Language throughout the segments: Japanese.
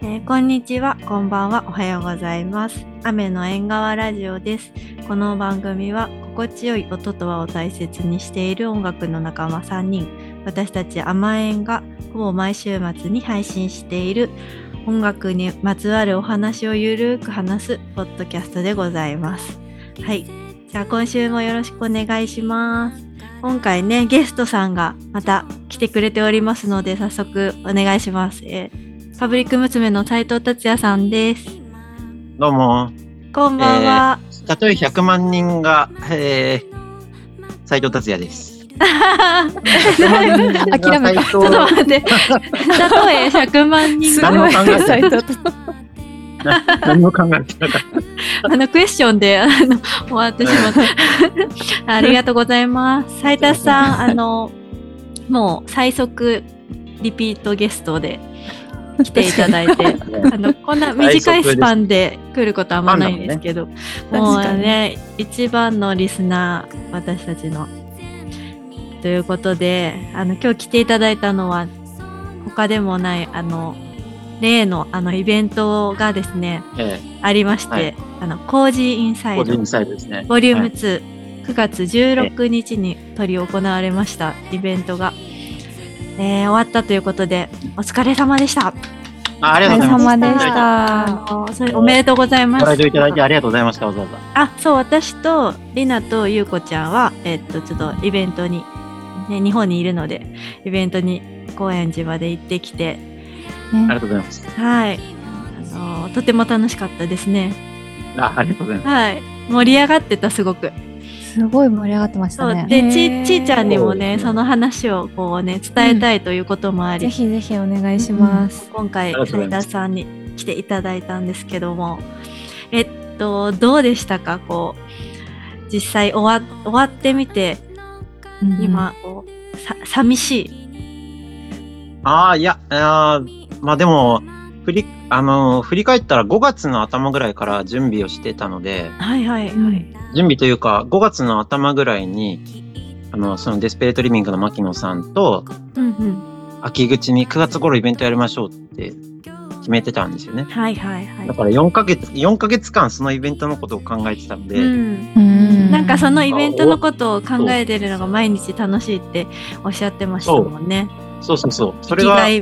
こんにちは、こんばんは、おはようございます。雨の縁側ラジオです。この番組は心地よい音と和を大切にしている音楽の仲間3人、私たち甘えんがほぼ毎週末に配信している音楽にまつわるお話をゆるく話すポッドキャストでございます。はい、じゃあ今週もよろしくお願いします。今回ね、ゲストさんがまた来てくれておりますので、早速お願いします。パブリック娘の斉藤達也さんです。 どうも。 こんばんは。 たとえ100万人が、斉藤達也です。 諦めた。 ちょっと待って。たとえ100万人が。 何も考えてなかった。クエスチョンで終わってしまった。ありがとうございます。斉田さん、もう最速リピートゲストで来ていただいてこんな短いスパンで来ることはあんまないんですけど、もうね、一番のリスナー、私たちの。ということで、今日来ていただいたのは、他でもない、例のイベントがですね、ありまして、コージーインサイド、 ですね、 ボリューム2、9月16日に執り行われましたイベントが、終わったということで、お疲れ様でした。 ありがとうございました。それおめでとうございます。 ご来場いただいてありがとうございました。わざわざ。 そう、私とりなとゆうこちゃんは、ちょっとイベントに、ね、日本にいるので、イベントに高円寺まで行ってきて、 ありがとうございます。 はい。とても楽しかったですね。 ありがとうございます。 はい。盛り上がってた、すごく。 すごい盛り上がってましたね。 で、ちーちゃんにもね、その話をこうね、伝えたいということもあり、 ぜひぜひお願いします。 今回、斉田さんに来ていただいたんですけども、どうでしたか、こう、実際終わってみて、今、こう、寂しい。 いや、まあでも、振り返ったら5月の頭ぐらいから準備をしてたので、 はいはいはい。 準備というか、5月の頭ぐらいに、そのデスペレートリビングの牧野さんと、秋口に9月頃イベントやりましょうって決めてたんですよね。 はいはいはい。 だから4ヶ月間そのイベントのことを考えてたので、 なんかそのイベントのことを考えてるのが毎日楽しいっておっしゃってましたもんね。 そう。それが、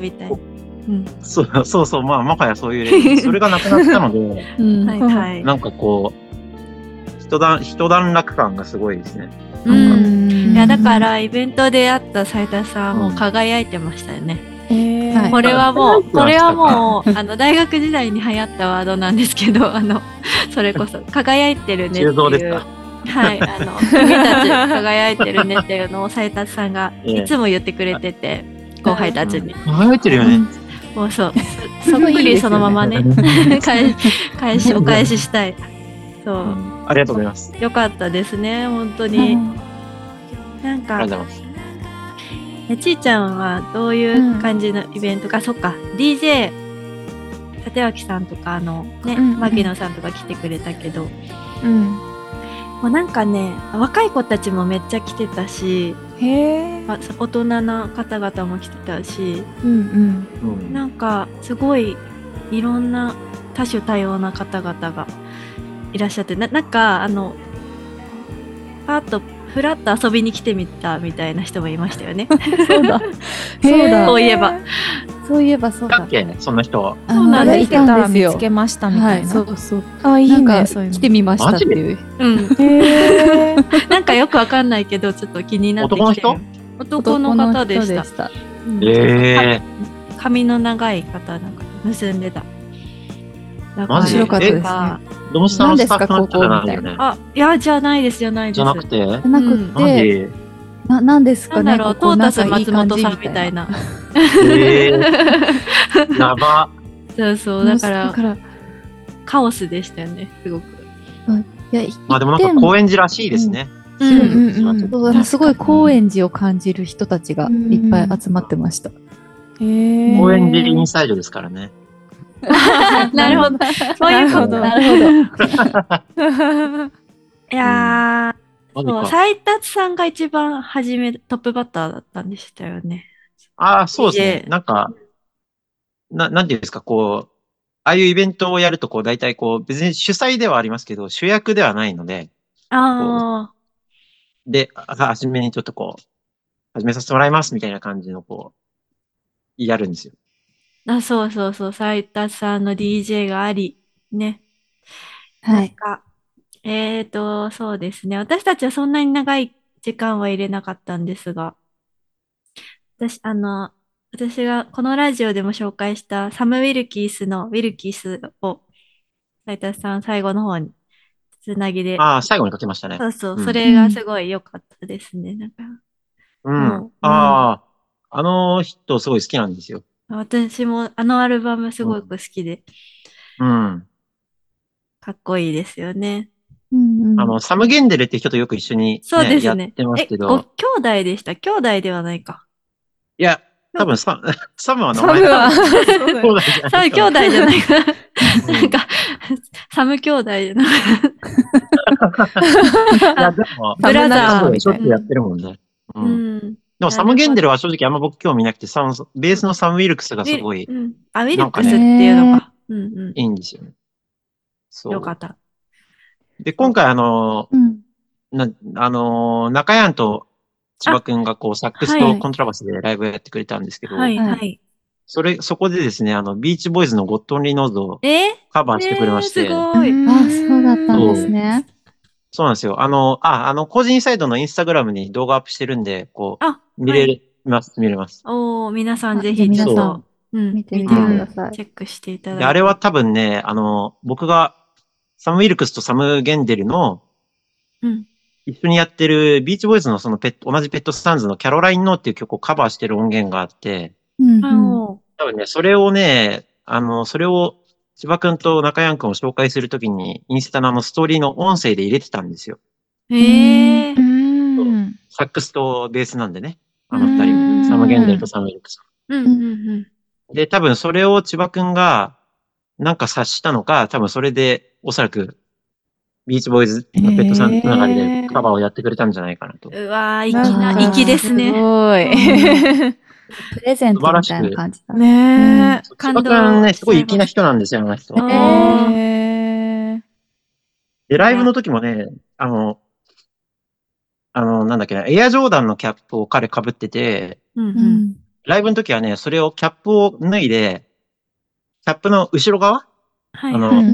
そう、まあ、もはやそういう例それがなくなったので、なんかこう、一段落感がすごいですね。 いや、だからイベントで会った斉田さんも輝いてましたよね。これはもう大学時代に流行ったワードなんですけど、それこそ輝いてるねっていう。はい、君たち輝いてるねっていうのを斉田さんがいつも言ってくれてて、後輩たちに。 輝いてるよね。 もうそう、そっくりそのままね、お返ししたい。そう。 ありがとうございます。 よかったですね、本当に。なんか、 ありがとうございます。 ちーちゃんはどういう感じのイベントか、そっか、DJ、立脇さんとか、牧野さんとか来てくれたけど、もうなんかね、若い子たちもめっちゃ来てたし、大人な方々も来てたし、なんかすごいいろんな多種多様な方々がいらっしゃって、なんかパッとフラッと遊びに来てみたみたいな人もいましたよね。 そうだ。 そういえばそうだ。 そんな人は。 いたんですよ。見つけましたみたいな。そう。いいね。来てみましたっていう。 なんかよくわかんないけど、ちょっと気になってきて。男の方でした。髪の長い方なんか結んでた。 面白かったですね。 どうしたんですか、ここみたいな。いや、じゃないです。 じゃなくて。 なんですかね。 トータス松本さんみたいな。 やば。 そう、だからカオスでしたよね、すごく。 まあでもなんか高円寺らしいですね。 すごい高円寺を感じる人たちがいっぱい集まってました。 高円寺インサイドですからね。 なるほど。そういうこと。なるほど。いやー、斉達さんが一番初めトップバッターだったんでしたよね。 そうですね。なんか、なんていうんですか、こう、 ああいうイベントをやると、こう、大体こう、別に主催ではありますけど、主役ではないので、こあう、で、初めにちょっとこう、始めさせてもらいますみたいな感じの、こう、やるんですよ。 そうそうそう、斉田さんの DJ があり、ね。なはい。 んか、そうですね。私たちはそんなに長い時間は入れなかったんですが、私、私がこのラジオでも紹介したサム・ウィルキースのウィルキースを斉田さん最後の方につなぎで、 ああ、最後にかけましたね。 そうそう、そうん。 れがすごい良かったですね。なんか、 うん。 もう、うん。 ああ、あの人すごい好きなんですよ。 私もあのアルバムすごくうん。 好きで、 うん。 かっこいいですよね。 うんうん。 サム・ゲンデルって人とよく一緒にそうね、 ですね。 やってますけご兄ど、 弟でした？兄弟ではないか。 いや、多分兄弟サムは名サムは、 前だと思う。 そうだよ。 兄弟じゃないサム兄と思う。 弟じゃないか。 うん。 なんか、サム兄弟じゃない。 いや、 あ、 でも、 ブサム仲ラザー。 そうだよ、しょ間みたいな。 っちゅうやっうん。 てるもんね。ううん。 ん。 でもサム・なるほど。 ゲンデルは正直あんま僕興味なくて、ベースのサム・ウィルクスがウィル、 すごい、 うん。あ、ウィルなんかね、 クスっていうのへえ。 か。うんうん。 いいんですよね。そよかった。 う。で、今そう。 回うん。 中山と千葉あ、 くんがこう、サックスはい。 はい。 とコントラバスでライブやってくれたんですけど、 はい、 はい。 はい。 そこでですね、ビーチボーイズのゴッドオンリーノーズをえカバーしてくれますして、 うごい。 ーあ、そうだったんでそう、 すね。 そうなんですよ。個人サイトのインスタグラムに動画アップしてるんで、こあ、 う、 はい。 見れます。 皆さんあ、じゃあぜひちょっと、 そ皆さん、 うん、 見てみてくう。うん。 ださい。 チェックしていたで、 だいて。 あれは多分ね、僕がサム・ウィルクスとサム・ゲンデルのうん。 一緒にやってるビーチボーイズのその同じペットスタンズのキャロライン・ノーっていう曲をカバーしてる音源があって、 うんうん。 あ多分ね、それをね、それを千葉くんと中山くんを紹介するときに、インスタのストーリーの音声で入れてたんですよ。 うーん。うええそうーん。 サックスとベースなんでね、あうん、 の二人も。 うん、 サム・ゲンデルとうん。 サム・ウィルクス。 うん、うん、 うん。 うん。 で、多分それを千葉くんがなんか察したのか、多分それでおそらくビーチボーイズのペットさんつながりでカバーをやってくれたんじゃないかなと。 うわー、粋でああ、 すね。 ごい。 うん。 プレゼン素晴トみたいならしく。 感じだ。うん。 ねえ、 千葉感くんね、 動しすごい粋なちゃいます。 人なんですよ、あの人。 ああ、 で、 いや、 ライブの時もね、なんだっけな、エアジョーダンのキャップを彼被ってて、 うん、うん。 うん。 ライブの時はね、それをキャップを脱いで、キャップの後ろ側はい、 あの、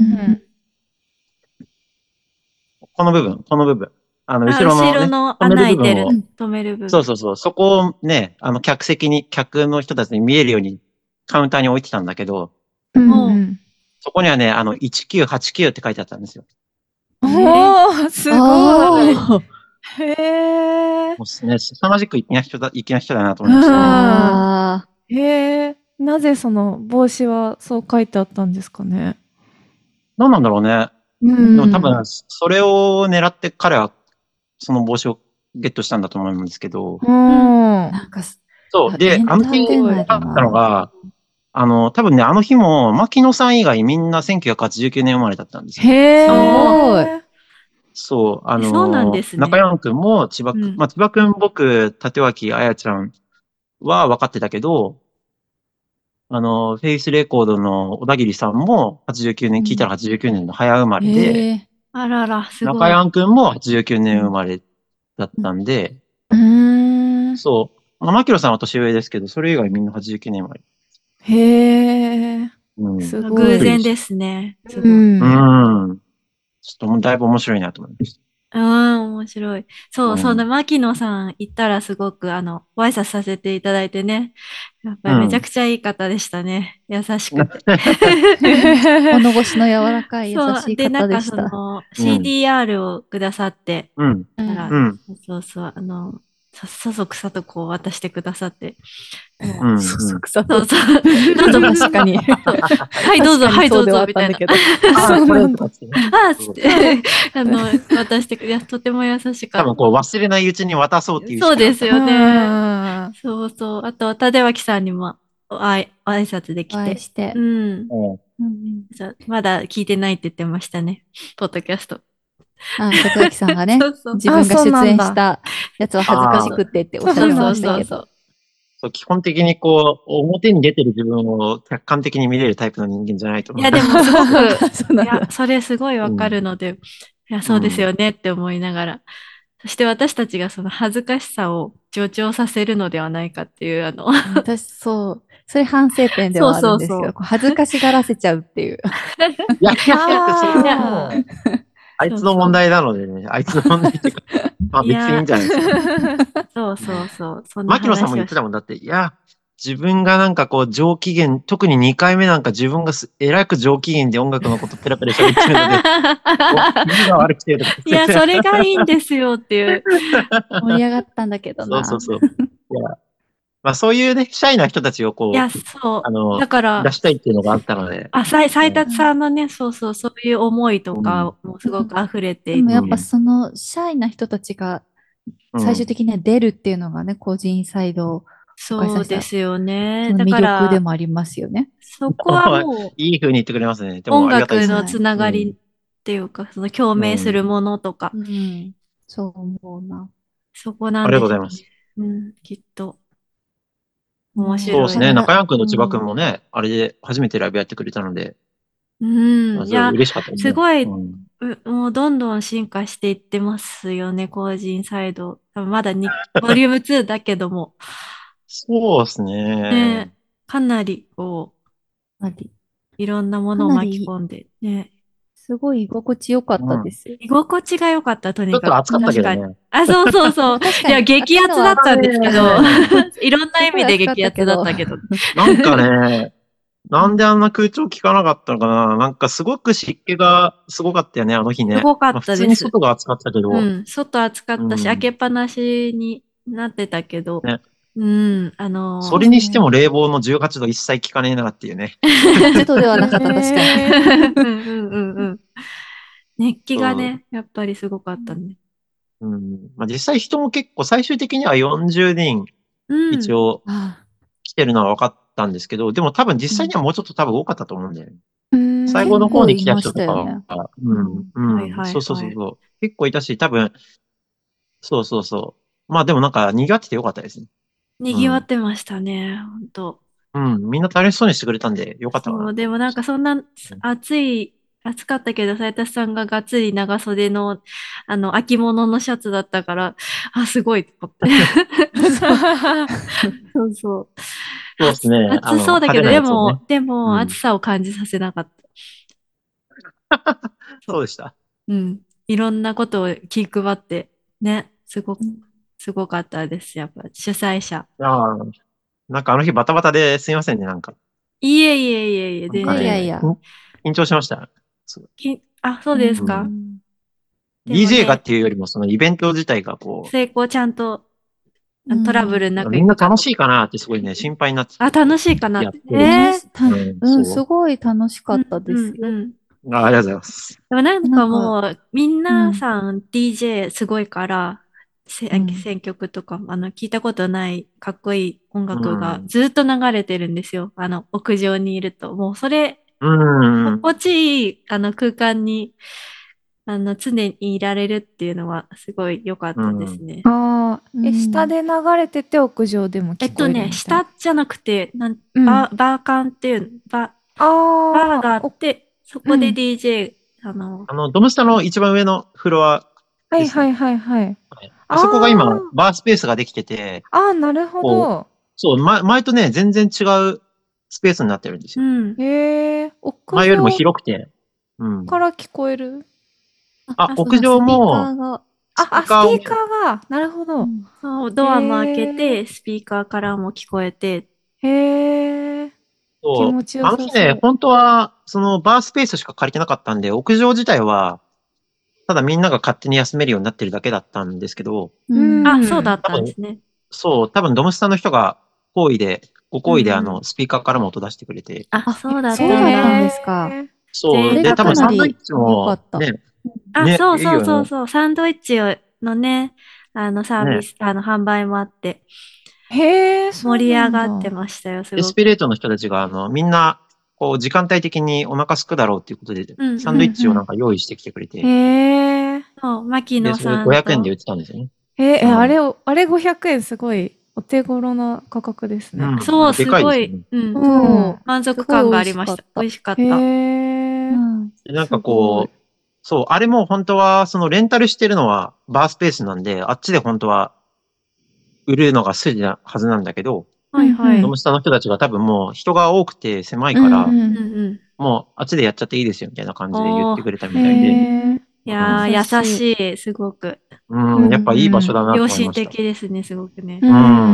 はい。 うん。 この部分。 あ、 後ろのね、 後ろの止める穴開いてる、 部分を、 うん。 止める部分。 そうそうそう、そこをね、客の人たちに見えるようにカウンターに置いてたんだけど、 うん。 おう。 うん。 そこにはね、1989って書いてあったんですよ。 ええおー、すごい。 あへえ。 もうね、凄まじく粋な人だなと思いましたね。 あ。ああ。 へえ。なぜその帽子はそう書いてあったんですかね。 何なんだろうね。 うでも多分、 ん。 それを狙って彼はその帽子をゲットしたんだと思うんですけど、 ううん。 ん。 なんかそう。で、 エンターあの日テイナー分かったのだな。 が、多分ね、あの日も、牧野さん以外みんな1989年生まれだったんですよ。 へすごい。 え。 そう、 そうなんですね。 中山くんも千葉くん、 うん。 まあ、千葉くん、僕、立脇彩ちゃんは分かってたけど、フェイスレコードの小田切さんも89年、聞いたら89年の早生まれで、 へえ。 あらら、すごい。 中山くんも89年生うん。 まれだっうん。 たんで、 うーん。 そう、まあ、牧野さんは年上ですけど、それ以外みんな89年生まれ。 へえ。 うん。びっすごい。 くりし偶然ですね。すうごい。 うん。 ん。ちょっともうだいぶ面白いなと思いましうん、面白い。 た。 そう、 うん。 牧野さん行ったらすごく、ご挨拶させていただいてね。やっぱうん。 りめちゃくちゃいい方でしたね。優しくて。 物腰の柔らかい優そう。で、なしい方んかでした。 うん。 CDR をくださって、 うん。 うん。 たら、 うん。 そうそう、さそくさとこう渡してくださって、もう、 うん。 そうん。 そくさと。 そうそう、どうぞ、 確かに。 そうはい、どうぞ、 確かはい、どうぞ、 にそうではあっみたいな。 たんだけど。 ああ、これそうなんだ。 とかってね。 あーっつっそうて、渡してくれ、とても優しか多分こうった。 忘れないうちに渡そうっていう意そうです識があったの。 うよね。 ん。 そうそう。あと、立脇さんにも挨拶でお会いきて。 して。 うん。 うん。 うん。 そうまだ聞いてないって言ってましたね。ポッドキャスト。 あ、里崎さんがね、 そうそう。 自あ、そう分が出なんだ。 演したやつは恥ずかそうそう。 しくてっておっしゃってそうそうそうましたけど。 そうそう。 そう基本的にこう、表に出てる自分を客観的に見れるタイプの人間じゃないと思う。 いや、でもすごく、 そうなんだいや、それすごいわかるので、いや、そうですよねって思いながら。そして私たちがその恥ずかしさを助長させるのではないかっていう、 私、そう。それ反省点でそうはあるんですよ。 そうそう。 こう恥ずかしがらせちゃうっていう。 いや、それはあもう、あいつの問題なのでね、あいつの問題っていうか、まあ別にいいんじゃないですか。 そうそうそう。そんな牧野さんも言ってたもん。 もんだって、いや、自分がなんかこう上機嫌、特に2回目なんか自分がえらく上機嫌で音楽のことペラペラ喋ってるので、気が悪くてとか。 いや、それがいいんですよっていう。 盛り上がったんだけどな。 そうそうそう。いや、まあそういうね、シャイな人たちをこいや、 う、 そう。だから、 出したいっていうのがあったので。 斉達さんのね、そうそう、そういう思いとかもすごく溢れていて。 でもやっぱそのシャイな人たちが最終的には出るっていうのがね、個人サイドを公開させたそうですよね。 その魅だから、 力でもありますよね。 そこはもう、 いい風に言ってくれますね。でも音ありがたいですね。 楽のつながりっていうか、その共鳴するものとか、 そう思うな。 そこなあんですよね。 りがとうございます。 きっと。面そうですね。 白いな。 中山くんと千葉くんもね、あれで初めてライブやってくれたので、 いや、 嬉しかったですね。 すごい、もうどんどん進化していってますよね、個人サイド。多分まだボリューム2だけども。 そうですね。 ね、かなりいろんなものを巻き込んで、ね。 すごい居心地よかったですよ。 居心地が良かった、とにかく。 ちょっと暑かったけどね。 確かに。あ、そうそうそう。いや、激アツだったんですけど、いろんな意味で激アツだったけど。 なんかね、なんであんな空調効かなかったのかな。なんかすごく湿気がすごかったよね、あの日ね。 すごかったです。 普通に外が暑かったけど。 外暑かったし、開けっぱなしになってたけど、 ね、 それにしても冷房の18度一切効かねえなっていうね。 外ではなかった、確かに。熱気がね、やっぱりすごかったね。 まあ、実際人も結構最終的には40人一応来てるのは分かったんですけど、でも多分実際にはもうちょっと多分多かったと思うんだよね。最後の方に来た人とかは、そうそうそうそう。結構いたし、多分、そうそうそう。まあでもなんか賑わっててよかったですね。 賑わってましたね、本当。 みんな楽しそうにしてくれたんでよかったかな。 でもなんかそんな暑かったけど、斉田さんががっつり長袖の、秋物のシャツだったから、あ、すごいと思って。そうそう。 そうですね。 暑そうだけど、でも、 暑暑さを感じさせなかった。 そうでした。 いろんなことを気配って、ね、すごかったです。やっぱ、主催者。 なんかあの日バタバタですいませんね、なんか。 いえいえいえいえ、全然。 緊張しました。 そうですか。 DJ がっていうよりも、そのイベント自体がこう。 成功ちゃんとトラブルなくみんな楽しいかなってすごいね、心配になってあ、楽しいかなって。 すごい楽しかったですよ。 ありがとうございます。 でもなんかもう、皆さん DJ すごいから、選曲とか、聞いたことないかっこいい音楽がずっと流れてるんですよ。屋上にいると。もうそれ、心地いい、空間に、常にいられるっていうのはすごい良かったですね。 下で流れてて屋上でも聞こえるみたいな。 下じゃなくて、バーカンっていう、バーがあって、そこで DJ、 ドムスタの一番上のフロア。 はいはいはいはい。 あそこが今、バースペースができてて。 なるほど。 そう、前とね、全然違うスペースになってるんですよ。 へえ、 前よりも広くて。 から聞こえる？ 屋上も、 スピーカーが、なるほど。 ドアも開けて、スピーカーからも聞こえて。 へえ。 そう。あの日ね、本当は、そのバースペースしか借りてなかったんで、屋上自体は、ただみんなが勝手に休めるようになってるだけだったんですけど。 そうだったんですね。 そう、多分ドムスタの人がご厚意でスピーカーからも音出してくれて。 そうだったんですか。 そう。で、多分サンドイッチも、ね。 そう。サンドイッチのね、サービス、販売もあって。盛り上がってましたよ、すごく。 エスピレートの人たちが、みんな、こう、時間帯的にお腹すくだろうっていうことで、サンドイッチをなんか用意してきてくれて。 そう、牧野さんと。 500円で売ってたんですよね。 あれ500円すごいお手頃な価格ですね。 そう、すごい、 でかいですね。 満足感がありました。美味しかった。 なんかこう、そう、あれも本当は、そのレンタルしてるのはバースペースなんで、あっちで本当は売るのが筋なはずなんだけど、 はいはい。 その下の人たちが多分もう人が多くて狭いから、もうあっちでやっちゃっていいですよみたいな感じで言ってくれたみたいで。 いやー、優しい、すごく。 やっぱいい場所だなと良心思いました。 的ですね、すごくね。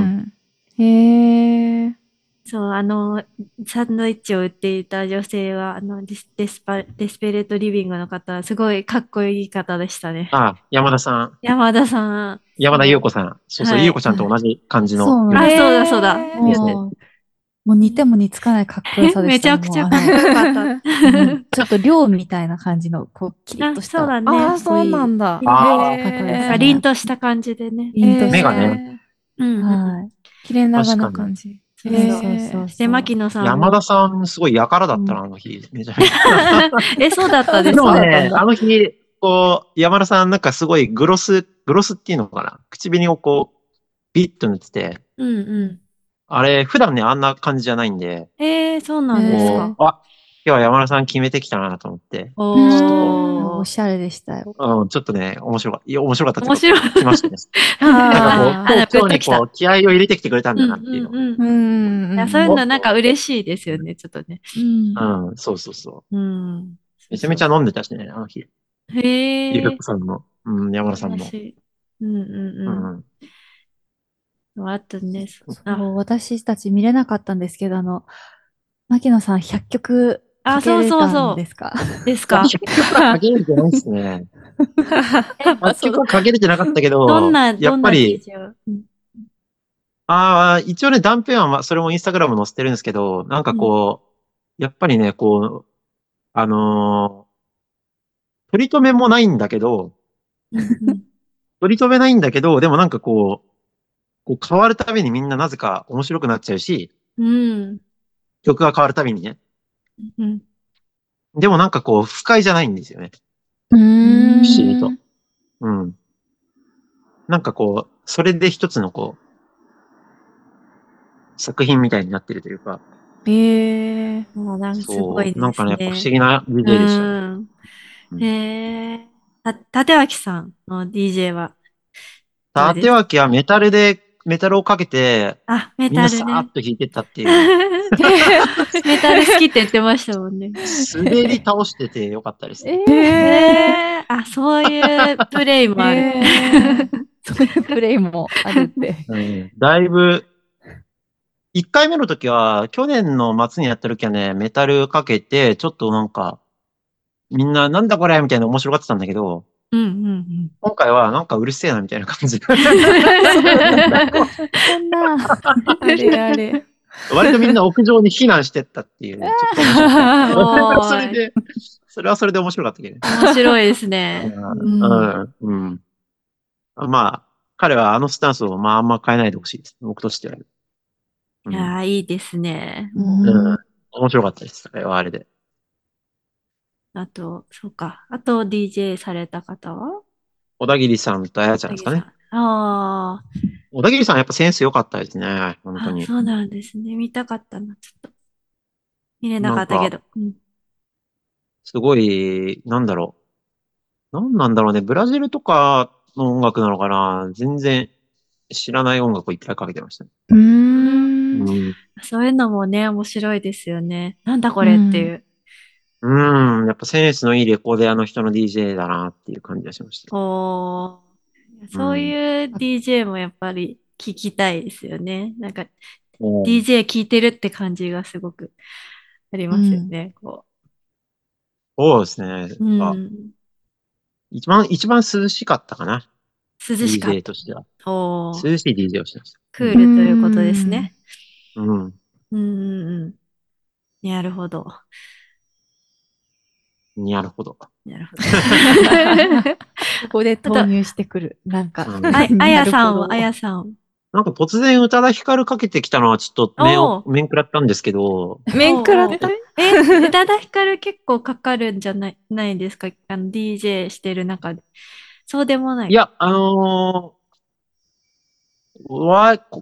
へえ。 そう、サンドイッチを売っていた女性は、デスペレートリビングの方、すごいかっこいい方でしたね。 あ、山田さん。 山田さん、 山田そう。 優子さん。そうそう、 はい。 優子ちゃんと同じ感じのそうなんあ、 よね。 そうだそうだ。 ですね。 もう似ても似つかないかっこよさでしたね。 めちゃくちゃかっこよかった。 ちょっと寮みたいな感じの、こう、キリッあ、 とした、かそうだね。 ああ、そうなんだ。 っああ、 こいい方でなんかすね。 凛とした感じでね。 凛とした。 目がね。 は切れ長な確かに。 感じ。 そうそう。 そうそうで、 そう。 牧野さん山田も。 さん、すごいやからだったな、あの日。めちゃめちゃ。 そうだったでですか？ もね、あの日、こう、山田さんなんかすごいグロスっていうのかな。口紅をこう、ビッと塗ってて、 うんうあれ、普段ね、あんな感じじゃないんで、 ん。そうなんですか。 今日は山田さん決めてきたなと思って、ちょっとこおおー。 しゃれでしたよ。 う、ちょっとね、面白かったっていうか、 面白い。 こう、来ましたね。なんかこう、 あグ今日にこう、 ッときた。 気合を入れてきてくれたんうんだなっていうのをね。 うんうん。 ういや、 ん。 そういうのなんかおっと、 嬉しいですよね、ちょっとね。 そうそうそう。 うん。そうそうそめちゃめちゃ飲んでたしね、あの日。 う。へゆうえ、 こさんも、山田さんも。 羨ましい。うんうんうん。 うん。あとね、 そう、 あ、 私たち見れなかったんですけど、牧野さん100曲かけそうれたんそうそう。 ですか？ いや、 ですか？ 100曲はかけれてないですね。100 その、 曲はかけれてなかったけど、やどんなっぱり、 DJ を？ 一応ね、断片は、それもインスタグラム載せてるんですけど、なんかうんこう、やっぱりね、こう、取り留めもないんだけど、 うんうん取り留めないんだけど、でもなんかこう変わるたびにみんななぜか面白くなっちゃうし、 うん曲が変わるたびにね。 うんでもなんかこう、不快じゃないんですよね。 うー不思議と。 ん。 うん。なんかこう、それで一つのこう、作品みたいになってるというか、 なんかすごそう、ないでんかね、やっぱ不すね。 思議なう DJ でしたね。 ん。 うん。 へえ。立脇さんの DJ はどうです？ 縦脇はメタルをかけて、 メみんなタルね。 さーっと弾いてったっていう、 メタル好きって言ってましたもんね。 滑り倒しててよかったですね。 そういうプレイもある。 そういうプレイもあるって。 うん。だいぶ、1回目の時は、去年の末にやった時はね、メタルかけて、ちょっとなんか、みんななんだこれみたいな面白がってたんだけど、 うんうん今回はなんかうるせえなみたいな感じで。 そんな。 あれあれ。 割とみんな屋上に避難してったっていう、ちょっと面白かった。 おーい。 それはそれで面白かったけどね。 面白いですね。 まあ、彼はあのスタンスをあんま変えないでほしいです。僕としては。 いいですね。 面白かったです。あれはあれで。 あと、そうか。あと DJ された方は？ 小田切さんとあやちゃんですかね。 なぎさん。 小田切さんやっぱセンス良かったですね。本当に。 そうなんですね。見たかったな。ちょっと。見れななんか、 かったけど。うん。 すごい、なんなんだろうね。ブラジルとかの音楽なのかな。全然知らない音楽をいっぱいかけてましたね。 そういうのもね、面白いですよね。なんだこれっていう。 やっぱセンスのいいレコーディアの人の DJ だなっていう感じがしました。 そういう DJ もやっぱり聞きたいですよね。なんかうん、 DJ 聞いてるって感じがすごくありますよね。 そうですね。 うん。 一番涼しかったかな。 涼しかっ DJ た。 としては。 おー、 涼しい DJ をしてました。 クールということですね。 うん。 うんうんうん。なるほど。 なるほど。 なるほど。 ここであと、 投入してくる。なんか、 あなやさんは、あるほど。 やさん。 なんか突然宇多田ヒカルかけてきたのはちょっとおー、 面食らったんですけど、 面食らった。 宇多田ヒカル結構かかるんじゃないですか？DJ してる中で。そうでもない。 いや、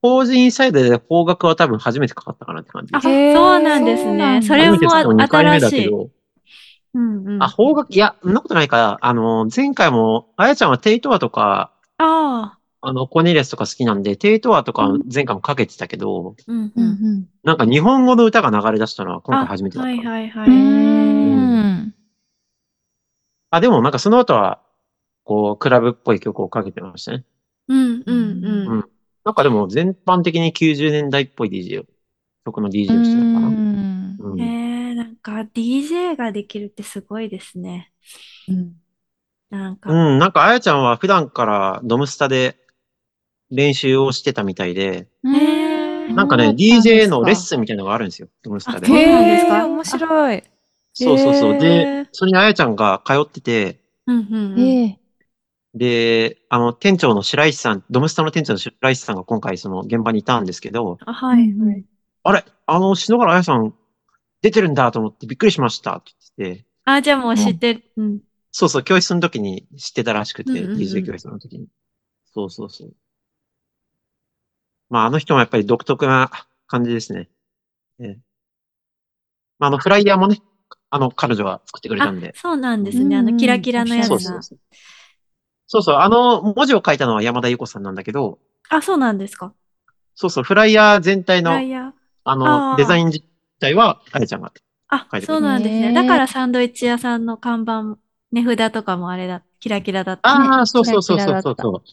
法人サイドで方角は多分初めてかかったかなって感じ。 あ、そうなんですね。それも初めて使うの2回目新しい。 だけど。 うんうん。 方角、いや、そんなことないから、前回も、あやちゃんはテイトアとか、 あコネリアスとか好きなんで、テイトアとか前回もかけてたけど、 あ、うんううん。 んなんか日本語の歌が流れ出したのは今回あ、 初めてだった。 はいはいはうい。 ん。 でもなんかその後は、こう、クラブっぽい曲をかけてましたね。 うんうんう。 うんん。なんかでも全般的に90年代っぽい DJ を、曲のう DJ をしてたのかな。 ん。 なんか DJ ができるってすごいですね。 うん。 なんか、 なんかあやちゃんは普段からドムスタで練習をしてたみたいで、なんかね、 そうだったんで DJ すか。 のレッスンみたいなのがあるんですよ、ドムスタで。 そうなんですか面白い。 そうそうそう。で、 へーそれにあやちゃんが通ってて、 うんうんうん。 ええ。 で、店長の白石さん、ドムスタの店長の白石さんが今回その現場にいたんですけど、 あ、はいうんうんはい。 あれ、篠原あやさん出てるんだと思ってびっくりしましたって言ってて、 あ、じゃあもう知ってる。うん。 そうそう、教室の時に知ってたらしくて、 うんうんうん DJ 教室の時に。そうそうそう。まあ、あの人もやっぱり独特な感じですね。ええまあ、フライヤーもね、彼女が作ってくれたあ、 んで。 そうなんですね。 うんうんキラキラのやつな。 そうそうそう。そうそう、文字を書いたのは山田裕子さんなんだけど、 あ、そうなんですか。 そうそう、フライヤー全体の、 フライヤー。 デザイあン自体は、あやちゃんがそう書いてくれた。 なんですね。だからサンドイッチ屋さんの看板、値札とかもあれだ、キラキラだったの。 ね、 そうそうそうキラキラだった。 そうそう。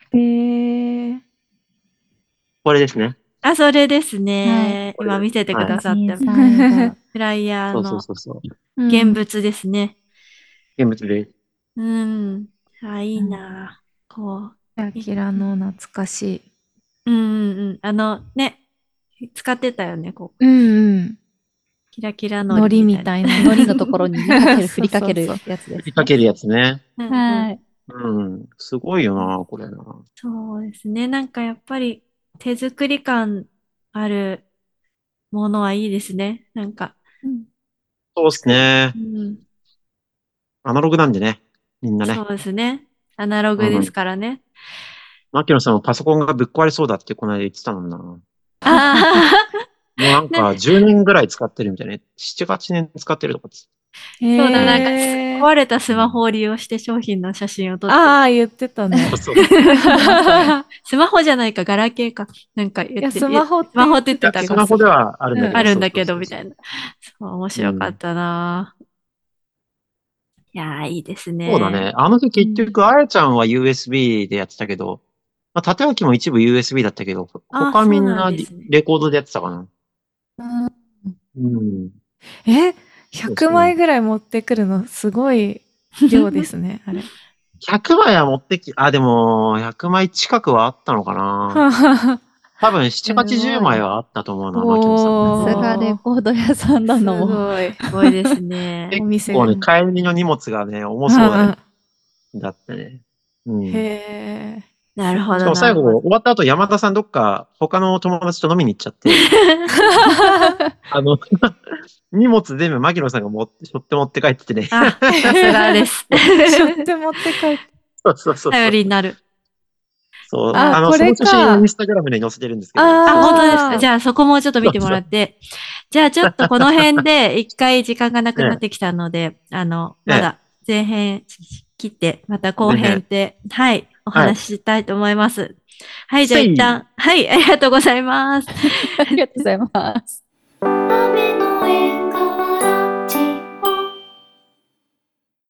これですね。 あ、それですはい。 ね。今見せてくださって個人。サイド。 フライヤーそうそうのそうそう。 現物ですね。 現物で。 うん。あ、いいな。こキラう。 キラの懐かしい。 うんうんうん。ね、使ってたよね、こう。 うんうん。 キラキラののりりみたいな。 みたいな。 海苔のところにねかける、振りかけるそうそうやつですね。 振りかけるやつね。 うんうんはい。 うん。すごいよな、これな。 そうですね。なんかやっぱり手作り感あるものはいいですね。なんか。 うんそうですねう。ん。 アナログなんでね。みんなね。 そうですね。アナログですうん。 からね。 牧野さんもパソコンがぶっ壊れそうだってこの間言ってたもんな。もあうなんあ、ね、 か10年ぐらい使ってるみたいな。7、8年使ってるとかって。 そうだ、なんか壊れたスマホうんを利用して商品の写真を撮ってああ、言ってたね。 そう。 スマホじゃないか、ガラケーか。なんか言いや、 って、 スマホってスマホって言っていやたかスマホではあるんだけど。 あるんだけど、 そうそうそうみたいな。そう、面白かったな。いやー、いいですね。 そうだね。あの日結局、あやちゃんは USB でやってたけど、まあ、縦脇も一部 USB だったけど、 あ、そうなん他みんなですね。 レコードでやってたかな。 うんうん。 100枚ぐらい持ってくるの、すごい量ですね、あれ。 100枚は持ってでも、100枚近くはあったのかな。多分、7、80枚はあったと思うな、牧野さんも。 さすがレコード屋さんなすの。 ごい。 すごいですね。 お店結構ね、 が。 帰りの荷物がね、重そうだったね。うん。 へえ。 なるほど、 しかも最後、 なるほど。 終わった後、山田さんどっか、他の友達と飲みに行っちゃって、荷物全部牧野さんが背負って持って帰っててね。 あ、さすがです。 しょって持って帰って。 そうそうそう。 頼りになる。 そう。 これかその写真をインスタグラムに載せてるんですけど。 あーあ、本当ですか。 あーじゃあそこもちょっと見てもらって。じゃあちょっとこの辺で一回時間がなくなってきたので、まだ前編切って、また後編って、はい、お話ししたいと思います。はい、じゃあ一旦、はい、ありがとうございます。 ありがとうございます。